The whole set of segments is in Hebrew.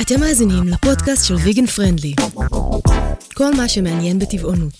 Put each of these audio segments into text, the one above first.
אתם מאזינים לפודקאסט של ויגן פרנדלי. כל מה שמעניין בטבעונות.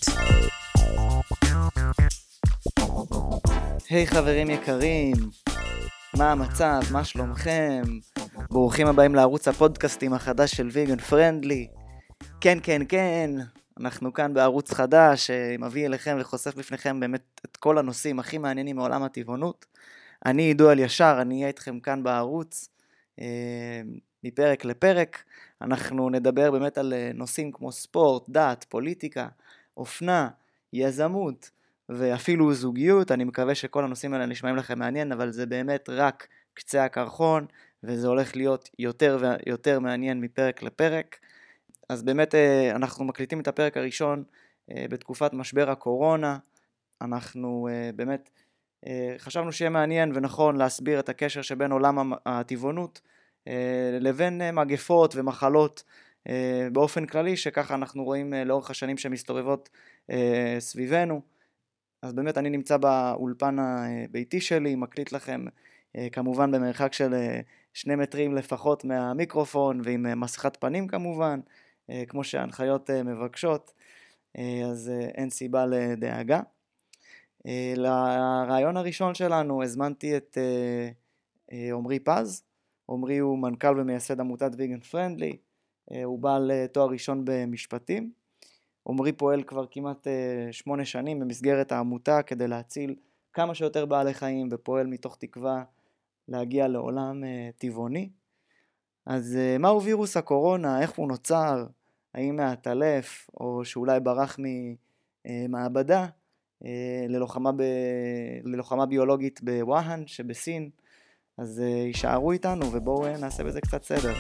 היי חברים יקרים, מה המצב? מה שלומכם? ברוכים הבאים לערוץ הפודקאסטים החדש של ויגן פרנדלי. כן, אנחנו כאן בערוץ חדש שמביא אליכם וחושף בפניכם באמת את כל הנושאים הכי מעניינים מעולם הטבעונות. אני עידו אלישר, אני אהיה איתכם כאן בערוץ מפרק לפרק. אנחנו נדבר באמת על נושאים כמו ספורט, דת, פוליטיקה, אופנה, יזמות ואפילו זוגיות. אני מקווה שכל הנושאים האלה נשמעים לכם מעניין, אבל זה באמת רק קצה הקרחון, וזה הולך להיות יותר ויותר מעניין מפרק לפרק. אז באמת אנחנו מקליטים את הפרק הראשון בתקופת משבר הקורונה. אנחנו באמת חשבנו שיהיה מעניין ונכון להסביר את הקשר שבין עולם הטבעונות לבין מגפות ומחלות באופן כללי, שככה אנחנו רואים לאורך השנים שמסתובבות סביבנו. אז באמת אני נמצא באולפן הביתי שלי, מקליט לכם כמובן במרחק של 2 מטרים לפחות מהמיקרופון, ועם מסכת פנים כמובן, כמו שההנחיות מבקשות, אז אין סיבה לדאגה. לרעיון הראשון שלנו הזמנתי את עומרי פז. עומרי הוא מנכ"ל ומייסד עמותת ויגן פרנדלי, הוא בעל תואר ראשון במשפטים. עומרי פועל כבר כמעט 8 שנים במסגרת העמותה כדי להציל כמה שיותר בעלי חיים, ופועל מתוך תקווה להגיע לעולם טבעוני. אז מהו וירוס הקורונה? איך הוא נוצר? האם מהטלף או שאולי ברח ממעבדה ללוחמה ביולוגית בווהאן שבסין? אז יישארו איתנו ובואו נעשה בזה קצת סדר.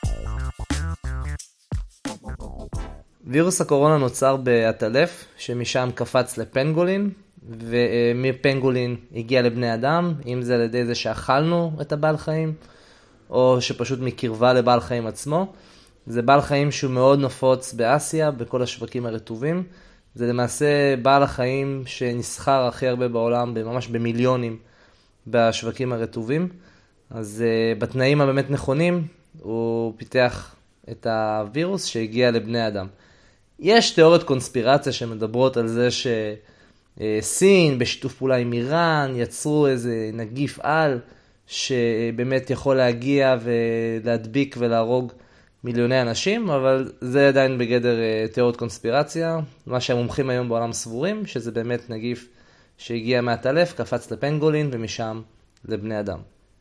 וירוס הקורונה נוצר בהטלף, שמשם קפץ לפנגולין, ומפנגולין הגיע לבני אדם, אם זה על ידי זה שאכלנו את הבעל חיים, או שפשוט מקרבה לבעל חיים עצמו. זה בעל חיים שהוא מאוד נפוץ באסיה, בכל השווקים הרטובים. זה למעשה בעל החיים שנסחר הכי הרבה בעולם, ממש במיליונים בשווקים הרטובים. אז בתנאים הבאמת נכונים, הוא פיתח את הווירוס שהגיע לבני אדם. יש תיאוריות קונספירציה שמדברות על זה שסין בשיתוף פעולה עם איראן יצרו איזה נגיף על שבאמת יכול להגיע ולהדביק ולהרוג מיליוני אנשים, אבל זה עדיין בגדר תיאוריות קונספירציה. מה שהמומחים היום בעולם סבורים, שזה באמת נגיף שהגיע מהטלף, קפץ לפנגולין ומשם לבני אדם.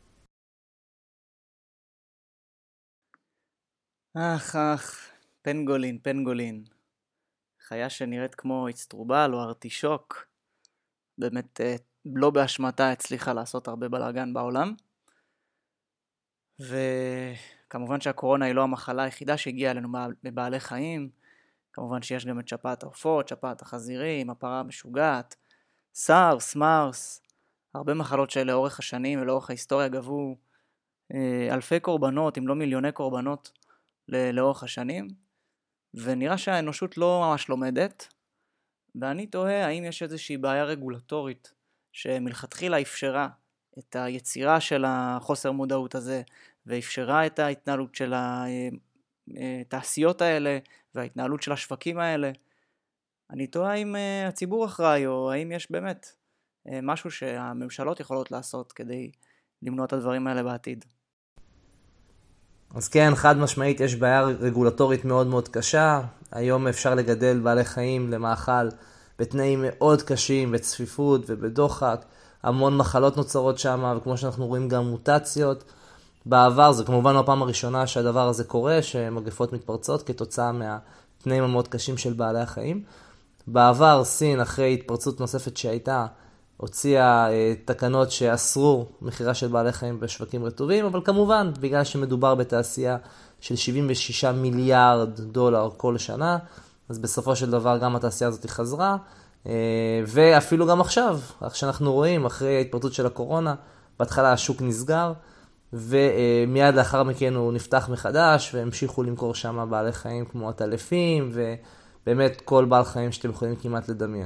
פנגולין. חיה שנראית כמו אצטרובל או ארטישוק. באמת לא באשמתה הצליחה לעשות הרבה בלאגן בעולם. וכמובן שהקורונה היא לא המחלה היחידה שהגיעה אלינו בבעלי חיים. כמובן שיש גם את שפעת העופות, שפעת החזירים, הפרה המשוגעת, סארס, מרס. הרבה מחלות שלאורך השנים ולאורך ההיסטוריה גבו אלפי קורבנות, אם לא מיליוני קורבנות לאורך השנים. ונראה שהאנושות לא ממש לומדת, ואני תוהה האם יש איזושהי בעיה רגולטורית שמלכתחילה אפשרה את היצירה של החוסר מודעות הזה, ואפשרה את ההתנהלות של התעשיות האלה וההתנהלות של השווקים האלה. אני תוהה האם הציבור אחראי, או האם יש באמת משהו שהממשלות יכולות לעשות כדי למנוע את הדברים האלה בעתיד. אז כן, חד משמעית יש בעיה רגולטורית מאוד מאוד קשה. היום אפשר לגדל בעלי חיים למאכל בתנאים מאוד קשים, בצפיפות ובדוחק. המון מחלות נוצרות שם, וכמו שאנחנו רואים גם מוטציות. בעבר, זה כמובן לא הפעם הראשונה שהדבר הזה קורה, שמגפות מתפרצות כתוצאה מהתנאים המאוד קשים של בעלי החיים. בעבר, סין, אחרי התפרצות נוספת שהייתה, הוציאה תקנות שאסרו מחירה של בעלי חיים בשווקים רטובים, אבל כמובן, בגלל שמדובר בתעשייה של 76 מיליארד דולר כל שנה, אז בסופו של דבר גם התעשייה הזאת חזרה, ואפילו גם עכשיו, שאנחנו רואים, אחרי ההתפרצות של הקורונה, בהתחלה השוק נסגר, ומיד לאחר מכן הוא נפתח מחדש, והמשיכו למכור שם בעלי חיים כמו הטלפים, ובאמת כל בעל חיים שאתם יכולים כמעט לדמיין.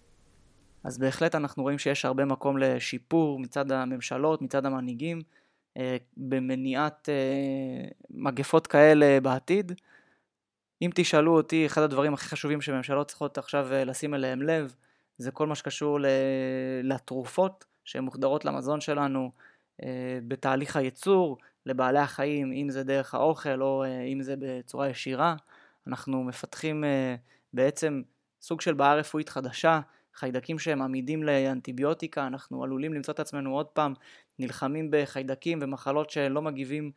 אז בהחלט אנחנו רואים שיש הרבה מקום לשיפור מצד הממשלות, מצד המנהיגים, במניעת מגפות כאלה בעתיד. אם תשאלו אותי, אחד הדברים הכי חשובים שממשלות צריכות עכשיו לשים אליהם לב, זה כל מה שקשור לתרופות שהן מוחדרות למזון שלנו בתהליך הייצור, לבעלי החיים, אם זה דרך האוכל או אם זה בצורה ישירה. אנחנו מפתחים בעצם סוג של בעיה רפואית חדשה, חיידקים שהם עמידים לאנטיביוטיקה. אנחנו עלולים למצוא את עצמנו עוד פעם נלחמים בחיידקים ומחלות שלא מגיבים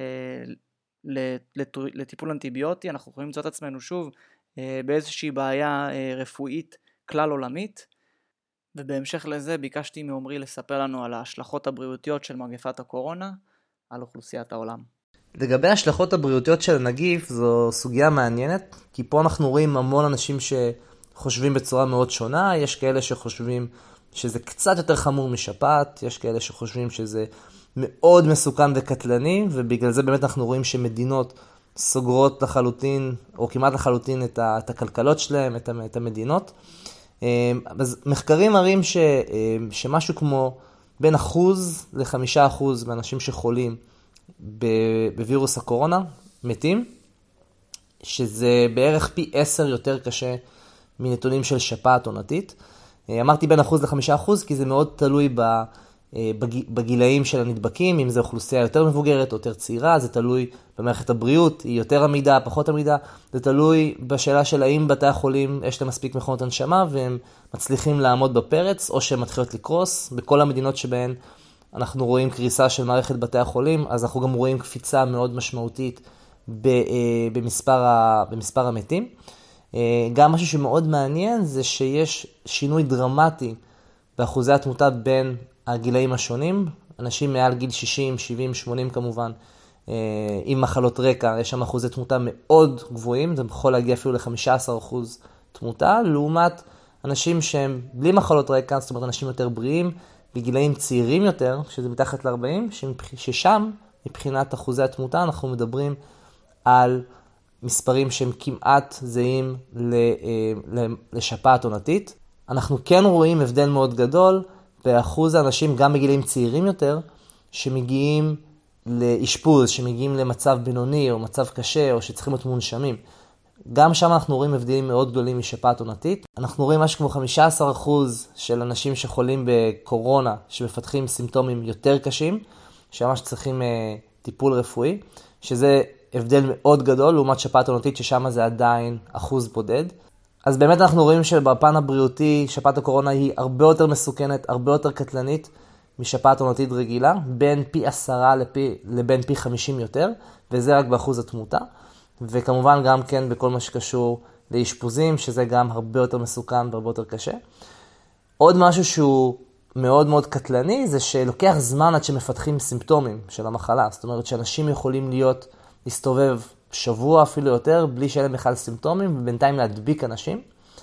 לטיפול אנטיביוטי. אנחנו יכולים למצוא את עצמנו שוב באיזושהי בעיה רפואית כלל עולמית. ובהמשך לזה ביקשתי מעומרי לספר לנו על ההשלכות הבריאותיות של מגפת הקורונה על אוכלוסיית העולם. לגבי ההשלכות הבריאותיות של הנגיף, זו סוגיה מעניינת, כי פה אנחנו רואים המון אנשים שחושבים בצורה מאוד שונה. יש כאלה שחושבים שזה קצת יותר חמור משפעת, יש כאלה שחושבים שזה מאוד מסוכן וקטלני, ובגלל זה באמת אנחנו רואים שמדינות סוגרות לחלוטין, או כמעט לחלוטין את הכלכלות שלהם, את המדינות. אז מחקרים מראים שמשהו כמו בין 1% ל5% מהאנשים שחולים בווירוס הקורונה מתים, שזה בערך פי 10 יותר קשה מנתונים של שפעת עונתית. אמרתי בין 1% ל5% כי זה מאוד תלוי בגילאים של הנדבקים, אם זה אוכלוסייה יותר מבוגרת או יותר צעירה, זה תלוי במערכת הבריאות, היא יותר עמידה, פחות עמידה, זה תלוי בשאלה של האם בתי החולים יש להם מספיק מכונות הנשמה והם מצליחים לעמוד בפרץ או שהם מתחילות לקרוס. בכל המדינות שבהן אנחנו רואים קריסה של מערכת בתי החולים, אז אנחנו גם רואים קפיצה מאוד משמעותית במספר המתים. גם משהו שמאוד מעניין זה שיש שינוי דרמטי באחוזי התמותה בין הגילאים השונים. אנשים מעל גיל 60, 70, 80 כמובן, עם מחלות רקע, יש שם אחוזי תמותה מאוד גבוהים, זה יכול להגיע אפילו ל-15% תמותה, לעומת אנשים שהם בלי מחלות רקע, זאת אומרת אנשים יותר בריאים, בגילאים צעירים יותר, שזה מתחת ל-40, ששם מבחינת אחוזי התמותה אנחנו מדברים על מספרים שהם כמעט זהים לשפעת עונתית. אנחנו כן רואים הבדל מאוד גדול באחוז האנשים גם בגילאים צעירים יותר, שמגיעים לאשפוז, שמגיעים למצב בינוני או מצב קשה או שצריכים להיות מונשמים. גם שם אנחנו רואים הבדלים מאוד גדולים משפעת עונתית. אנחנו רואים משהו כמו 15% של אנשים שחולים בקורונה שמפתחים סימפטומים יותר קשים, שממש צריכים טיפול רפואי, שזה הבדל מאוד גדול לעומת שפעת עונתית ששם זה עדיין אחוז בודד. אז באמת אנחנו רואים שבפן הבריאותי שפעת הקורונה היא הרבה יותר מסוכנת, הרבה יותר קטלנית משפעת עונתית רגילה, בין פי 10 לבין פי 50 יותר, וזה רק באחוז התמותה. וכמובן גם כן בכל מה שקשור לאשפוזים, שזה גם הרבה יותר מסוכן והרבה יותר קשה. עוד משהו שהוא מאוד מאוד קטלני, זה שלוקח זמן עד שמפתחים סימפטומים של המחלה. זאת אומרת שאנשים יכולים להסתובב שבוע אפילו יותר, בלי שאין להם בכלל סימפטומים, ובינתיים להדביק אנשים.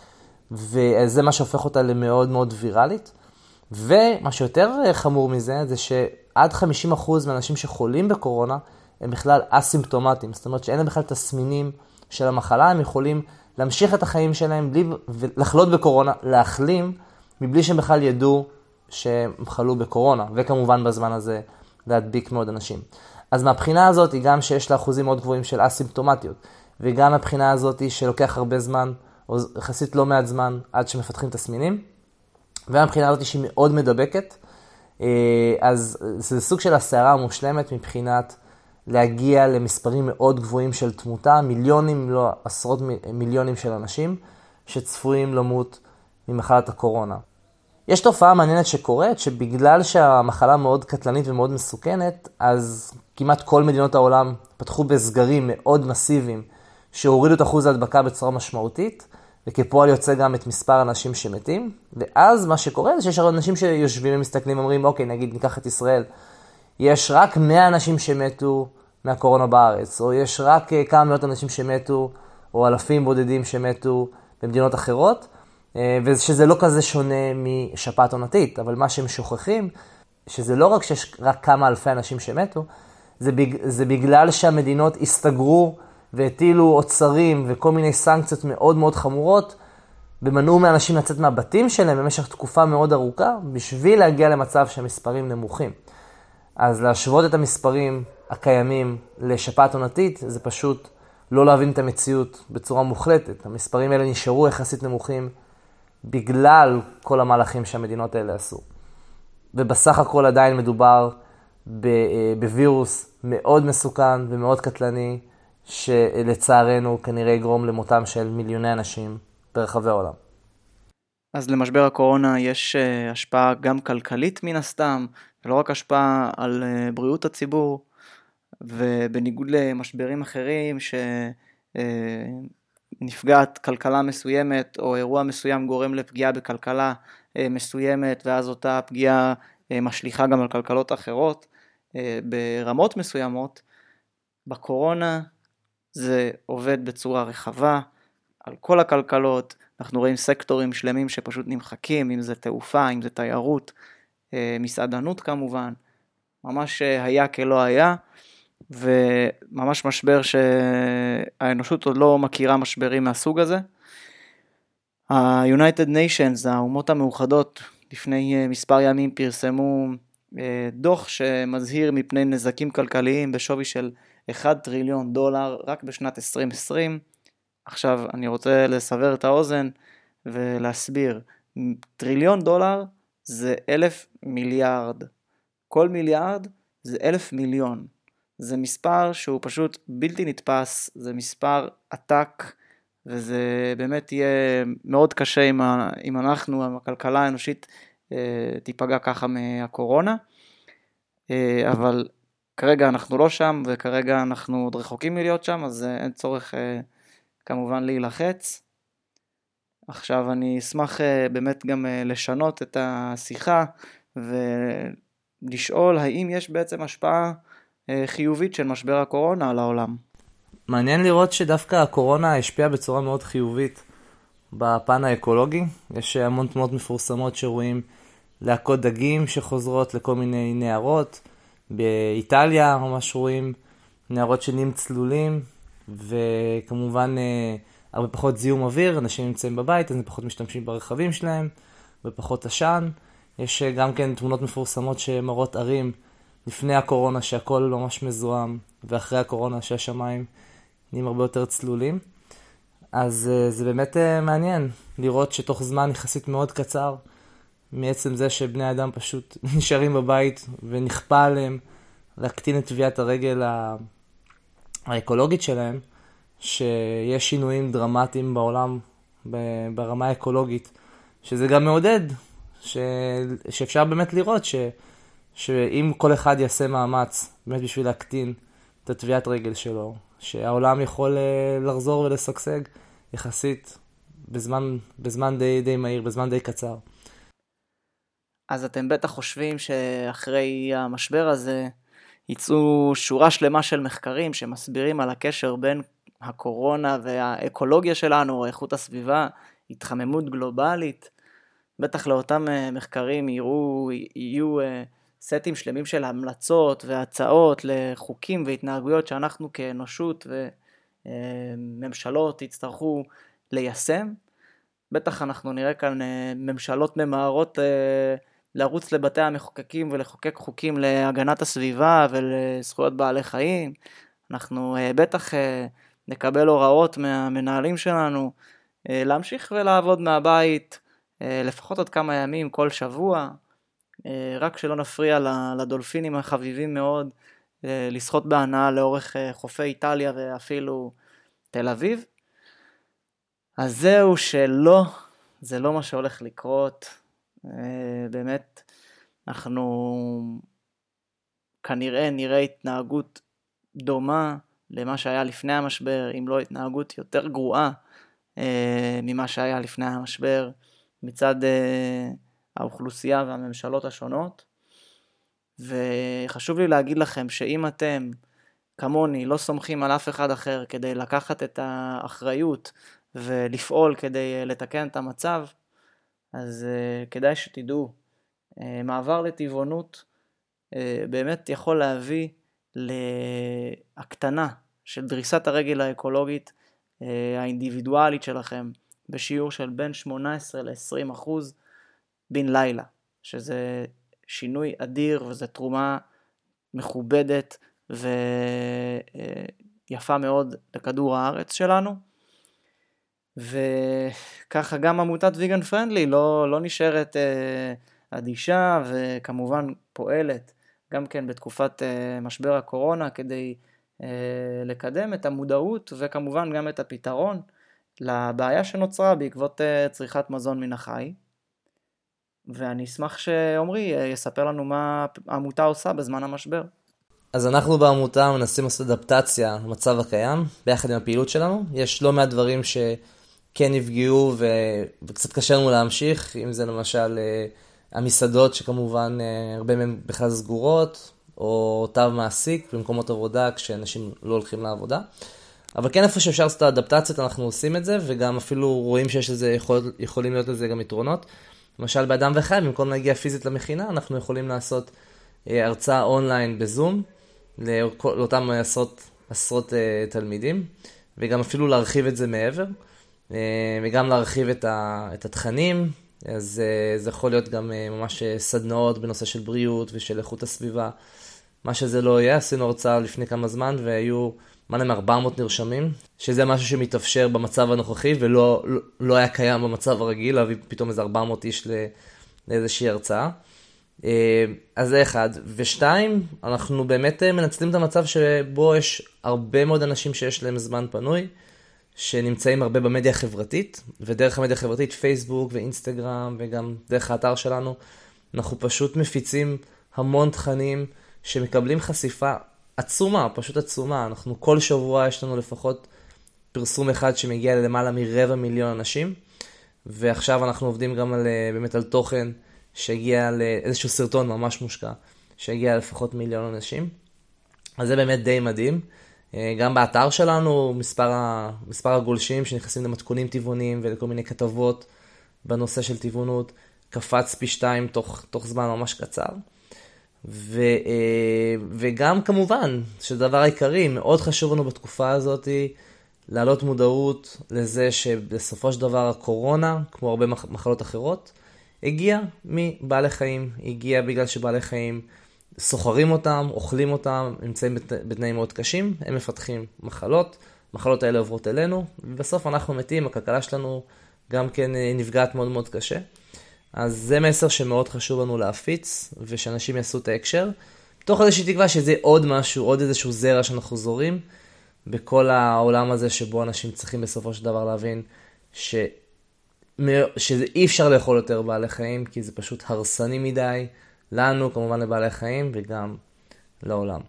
וזה מה שהופך אותה למאוד מאוד ויראלית. ומה שיותר חמור מזה, זה שעד 50% מהאנשים שחולים בקורונה, הם בכלל אסימפטומטיים. זאת אומרת שאין להם בכלל תסמינים של המחלה, הם יכולים להמשיך את החיים שלהם, לחלות בקורונה, להחלים, מבלי שהם בכלל ידעו שהם חלו בקורונה, וכמובן בזמן הזה להדביק מאוד אנשים. אז מהבחינה הזאת, גם שיש לה אחוזים מאוד גבוהים של אסימפטומטיות, וגם מהבחינה הזאת שלוקח הרבה זמן, או יחסית לא מעט זמן, עד שמפתחים תסמינים, והמבחינה הזאת שהיא מאוד מדבקת, אז זה סוג של הסערה המושלמת מבחינת להגיע למספרים מאוד גבוהים של תמותה, מיליונים, לא עשרות מיליונים של אנשים שצפויים למות ממחלת הקורונה. יש תופעה מעניינת שקורית, שבגלל שהמחלה מאוד קטלנית ומאוד מסוכנת, אז כמעט כל מדינות העולם פתחו בסגרים מאוד מסיביים, שהורידו את אחוז ההדבקה בצורה משמעותית, וכפועל יוצא גם את מספר האנשים שמתים. ואז מה שקורה זה שיש אנשים שיושבים ומסתכלים ואומרים, אוקיי, נגיד ניקח את ישראל, יש רק 100 אנשים שמתו מהקורונה בארץ, או יש רק כמה מאות אנשים שמתו, או אלפים בודדים שמתו במדינות אחרות, ושזה לא כזה שונה משפעת עונתית, אבל מה שהם שוכחים, שזה לא רק שיש רק כמה אלפי אנשים שמתו, זה בגלל שהמדינות הסתגרו והטילו עוצרים וכל מיני סנקציות מאוד מאוד חמורות, ומנעו מאנשים לצאת מהבתים שלהם במשך תקופה מאוד ארוכה, בשביל להגיע למצב שהמספרים נמוכים. אז להשוות את המספרים הקיימים לשפעת עונתית, זה פשוט לא להבין את המציאות בצורה מוחלטת. המספרים האלה נשארו יחסית נמוכים בגלל כל המהלכים שהמדינות האלה עשו. ובסך הכל עדיין מדובר בווירוס מאוד מסוכן ומאוד קטלני, שלצערנו כנראה יגרום למותם של מיליוני אנשים ברחבי העולם. אז למשבר הקורונה יש השפעה גם כלכלית מן הסתם, ולא רק השפעה על בריאות הציבור, ובניגוד למשברים אחרים שנפגעת כלכלה מסוימת, או אירוע מסוים גורם לפגיעה בכלכלה מסוימת, ואז אותה פגיעה משליכה גם על כלכלות אחרות, ברמות מסוימות, בקורונה זה עובד בצורה רחבה, על כל הכלכלות. אנחנו רואים סקטורים שלמים שפשוט נמחקים, אם זה תעופה, אם זה תיירות, מסעדנות כמובן, ממש היה כלא היה, וממש משבר שהאנושות עוד לא מכירה משברים מהסוג הזה. ה-United Nations, האומות המאוחדות, לפני מספר ימים פרסמו דוח שמזהיר מפני נזקים כלכליים בשווי של $1 טריליון רק בשנת 2020. עכשיו אני רוצה לסבר את האוזן ולהסביר. $1 טריליון זה 1,000 מיליארד. כל מיליארד זה 1,000 מיליון. זה מספר שהוא פשוט בלתי נתפס, זה מספר עתק, וזה באמת יהיה מאוד קשה אם אנחנו, הכלכלה האנושית, תיפגע ככה מהקורונה. אבל כרגע אנחנו לא שם, וכרגע אנחנו עוד רחוקים מלהיות שם, אז אין צורך כמובן להילחץ. עכשיו אני אשמח באמת גם לשנות את השיחה, ולשאול האם יש בעצם השפעה חיובית של משבר הקורונה על העולם. מעניין לראות שדווקא הקורונה השפיעה בצורה מאוד חיובית בפן האקולוגי. יש המון תמונות מפורסמות שרואים להקות דגים שחוזרות לכל מיני נערות. באיטליה ממש רואים נערות שנהיים צלולים, וכמובן הרבה פחות זיהום אוויר, אנשים נמצאים בבית, אז הם פחות משתמשים ברכבים שלהם, ופחות עשן. יש גם כן תמונות מפורסמות שמראות ערים לפני הקורונה שהכל ממש מזוהם, ואחרי הקורונה שהשמיים נהיים הרבה יותר צלולים. אז זה באמת מעניין לראות שתוך זמן יחסית מאוד קצר, מעצם זה שבני אדם פשוט נשארים בבית ונכפה עליהם להקטין את טביעת הרגל האקולוגית שלהם, שיש שינויים דרמטיים בעולם ברמה האקולוגית, שזה גם מעודד, שאפשר באמת לראות שאם כל אחד יעשה מאמץ באמת בשביל להקטין את טביעת רגל שלו, שהעולם יכול לחזור ולשגשג יחסית בזמן די מהיר, בזמן די קצר. אז אתם בטח חושבים שאחרי המשבר הזה יצאו שורה שלמה של מחקרים שמסבירים על הקשר בין הקורונה והאקולוגיה שלנו, איכות הסביבה, התחממות גלובלית. בטח לאותם מחקרים יהיו סטים שלמים של המלצות והצעות לחוקים והתנהגויות שאנחנו כאנושות וממשלות יצטרכו ליישם. בטח אנחנו נראה כאן ממשלות ממהרות לרוץ לבתי המחוקקים ולחוקק חוקים להגנת הסביבה ולזכויות בעלי חיים. אנחנו בטח נקבל הוראות מהמנהלים שלנו להמשיך ולעבוד מהבית לפחות עוד כמה ימים כל שבוע, רק שלא נפריע לדולפינים החביבים מאוד לשחות בהנאה לאורך חופי איטליה ואפילו תל אביב. אז זהו שלא, זה לא מה שהולך לקרות. באמת אנחנו כנראה נראה התנהגות דומה למה שהיה לפני המשבר, אם לא התנהגות יותר גרועה ממה שהיה לפני המשבר מצד האוכלוסייה והממשלות השונות. וחשוב לי להגיד לכם שאם אתם כמוני לא סומכים על אף אחד אחר כדי לקחת את האחריות ולפעול כדי לתקן את המצב, אז כדאי שתדעו, מעבר לטבעונות באמת יכול להביא להקטנה של דריסת הרגל האקולוגית האינדיבידואלית שלכם בשיעור של בין 18 ל-20% בן לילה, שזה שינוי אדיר וזה תרומה מכובדת ויפה מאוד לכדור הארץ שלנו. וככה גם עמותת ויגן פרנדלי לא נשארת אדישה, וכמובן פועלת גם כן בתקופת משבר הקורונה כדי לקדם את המודעות וכמובן גם את הפתרון לבעיה שנוצרה בעקבות צריכת מזון מן החי. ואני אשמח שעומרי יספר לנו מה העמותה עושה בזמן המשבר. אז אנחנו בעמותה מנסים לעשות אדפטציה למצב הקיים ביחד עם הפעילות שלנו. יש לא מעט דברים שכן נפגעו וקצת קשה לנו להמשיך, אם זה למשל המסעדות שכמובן הרבה מהן בכלל סגורות, או תו מעסיק במקומות עבודה כשאנשים לא הולכים לעבודה. אבל כן איפה שאפשר לעשות אדפטציות אנחנו עושים את זה, וגם אפילו רואים שיש לזה יכולים להיות לזה גם יתרונות. למשל באדם וחי, במקום להגיע פיזית למכינה, אנחנו יכולים לעשות הרצאה אונליין בזום, לאותם עשרות תלמידים, וגם אפילו להרחיב את זה מעבר, וגם להרחיב את התכנים. אז זה יכול להיות גם ממש סדנאות בנושא של בריאות ושל איכות הסביבה. מה שזה לא יהיה, עשינו הרצאה לפני כמה זמן והיו 400 נרשמים, שזה משהו שמתאפשר במצב הנוכחי ולא היה קיים במצב הרגיל, להביא פתאום איזה 400 איש לאיזושהי הרצאה. אז זה אחד. ושתיים, אנחנו באמת מנצלים את המצב שבו יש הרבה מאוד אנשים שיש להם זמן פנוי, שנמצאים הרבה במדיה החברתית, ודרך המדיה החברתית, פייסבוק ואינסטגרם, וגם דרך האתר שלנו, אנחנו פשוט מפיצים המון תכנים שמקבלים חשיפה עצומה, פשוט עצומה. אנחנו כל שבוע יש לנו לפחות פרסום אחד שמגיע למעלה מ250,000 אנשים, ועכשיו אנחנו עובדים גם באמת על תוכן שהגיע לאיזשהו סרטון ממש מושקע, שהגיע לפחות 1,000,000 אנשים. אז זה באמת די מדהים. גם באתר שלנו, מספר הגולשים שנכנסים למתכונים טבעוניים ולכל מיני כתבות בנושא של טבעונות, קפץ פי 2 תוך זמן ממש קצר. וגם כמובן, שדבר העיקרי, מאוד חשוב לנו בתקופה הזאת, להעלות מודעות לזה שבסופו של דבר הקורונה, כמו הרבה מחלות אחרות, הגיע מבעלי חיים, הגיע בגלל שבעלי חיים סוחרים אותם, אוכלים אותם, נמצאים בתנאים מאוד קשים, הם מפתחים מחלות האלה עוברות אלינו, ובסוף אנחנו מתים, הכלכלה שלנו גם כן נפגעת מאוד מאוד קשה. אז זה מסר שמאוד חשוב לנו להפיץ, ושאנשים יעשו את ההקשר, תוך איזושהי תקווה שזה עוד משהו, עוד איזשהו זרע שאנחנו זורים, בכל העולם הזה שבו אנשים צריכים בסופו של דבר להבין שזה אי אפשר לאכול יותר בעלי חיים, כי זה פשוט הרסני מדי, לנו, כמובן לבעלי חיים, וגם לעולם.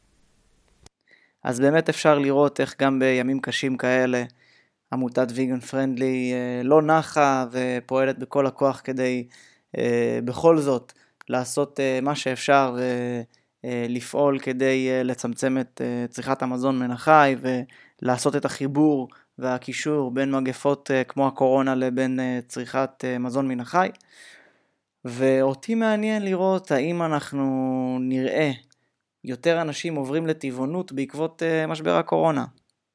אז באמת אפשר לראות איך גם בימים קשים כאלה, עמותת ויגן פרנדלי לא נחה ופועלת בכל הכוח כדי בכל זאת לעשות מה שאפשר ולפעול כדי לצמצם את צריכת המזון מן החי ולעשות את החיבור והקישור בין מגפות כמו הקורונה לבין צריכת מזון מן החי. ואותי מעניין לראות האם אנחנו נראה יותר אנשים עוברים לטבעונות בעקבות משבר הקורונה.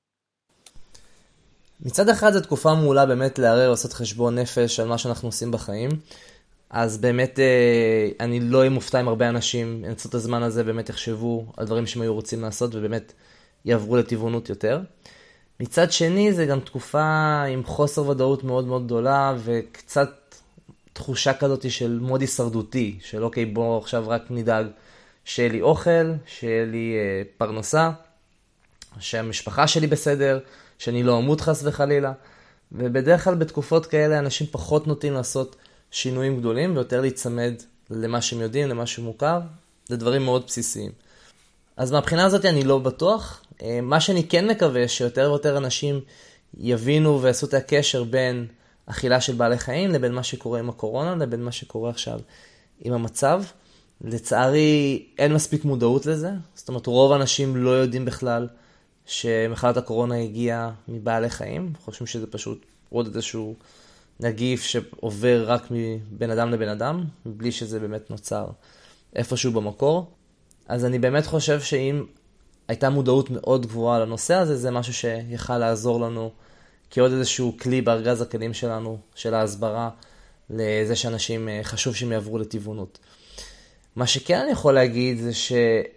מצד אחד זו תקופה מעולה באמת לערער, לעשות חשבון נפש על מה שאנחנו עושים בחיים. אז באמת אני לא אהיה מופתע עם הרבה אנשים ינצלו את הזמן הזה, באמת יחשבו על דברים שהם היו רוצים לעשות ובאמת יעברו לטבעונות יותר. מצד שני זה גם תקופה עם חוסר ודאות מאוד מאוד גדולה וקצת תחושה כזאת של מוד הישרדותי, של אוקיי בוא עכשיו רק נדאג שיהיה לי אוכל, שיהיה לי פרנסה, שהמשפחה שלי בסדר, שאני לא אמות חס וחלילה. ובדרך כלל בתקופות כאלה אנשים פחות נוטים לעשות שינויים גדולים ויותר להצמד למה שהם יודעים, למה שמוכר, לדברים מאוד בסיסיים. אז מהבחינה הזאת אני לא בטוח. מה שאני כן מקווה שיותר ויותר אנשים יבינו ועשו את הקשר בין אכילה של בעלי חיים לבין מה שקורה עם הקורונה, לבין מה שקורה עכשיו עם המצב. לצערי אין מספיק מודעות לזה. זאת אומרת רוב האנשים לא יודעים בכלל שמחלת הקורונה הגיעה מבעלי חיים. חושבים שזה פשוט עוד איזשהו נגיף שעובר רק מבן אדם לבן אדם, בלי שזה באמת נוצר איפשהו במקור. אז אני באמת חושב שאם הייתה מודעות מאוד גבוהה לנושא הזה, זה משהו שיכל לעזור לנו כעוד איזשהו כלי בארגז הכלים שלנו, של ההסברה, לזה שאנשים חשוב שהם יעברו לטבעונות. מה שכן אני יכול להגיד זה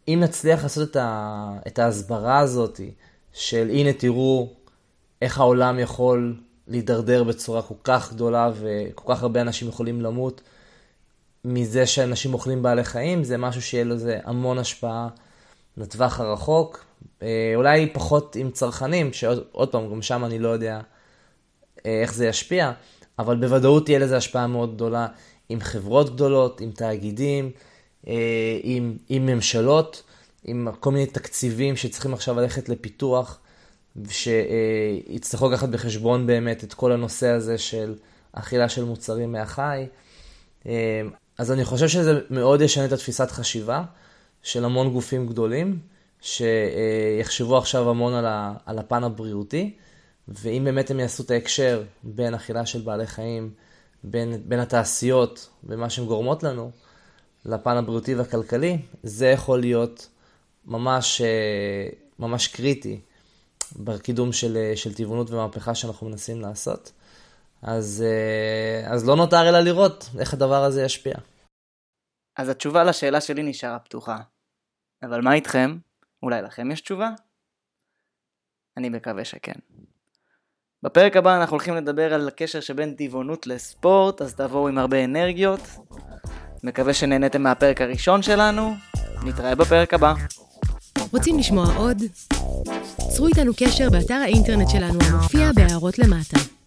אם נצליח לעשות את ההסברה הזאת של הנה תראו איך העולם יכול להידרדר בצורה כל כך גדולה וכל כך הרבה אנשים יכולים למות מזה שאנשים אוכלים בעלי חיים, זה משהו שיהיה לזה המון השפעה לטווח הרחוק. אולי פחות עם צרכנים, שעוד פעם, גם שם אני לא יודע איך זה ישפיע, אבל בוודאות תהיה לזה השפעה מאוד גדולה עם חברות גדולות, עם תאגידים, עם ממשלות, עם כל מיני תקציבים שצריכים עכשיו ללכת לפיתוח, שיצטרכו לקחת בחשבון באמת את כל הנושא הזה של אכילה של מוצרים מהחי. אז אני חושב שזה מאוד ישנה את התפיסת חשיבה של המון גופים גדולים, שיחשבו עכשיו המון על הפן הבריאותי, ואם באמת הם יעשו את ההקשר בין אכילה של בעלי חיים, בין התעשיות ומה שהן גורמות לנו, לפן הבריאותי והכלכלי, זה יכול להיות ממש, ממש קריטי בקידום של טבעונות ומהפכה שאנחנו מנסים לעשות. אז לא נותר אלא לראות איך הדבר הזה ישפיע. אז התשובה לשאלה שלי נשארה פתוחה. אבל מה איתכם? אולי לכם יש תשובה? אני מקווה שכן. בפרק הבא אנחנו הולכים לדבר על הקשר שבין טבעונות לספורט, אז תבואו עם הרבה אנרגיות. מקווה שנהנתם מהפרק הראשון שלנו. נתראה בפרק הבא. רוצים לשמוע עוד? צרו איתנו קשר באתר האינטרנט שלנו המופיע בהערות למטה.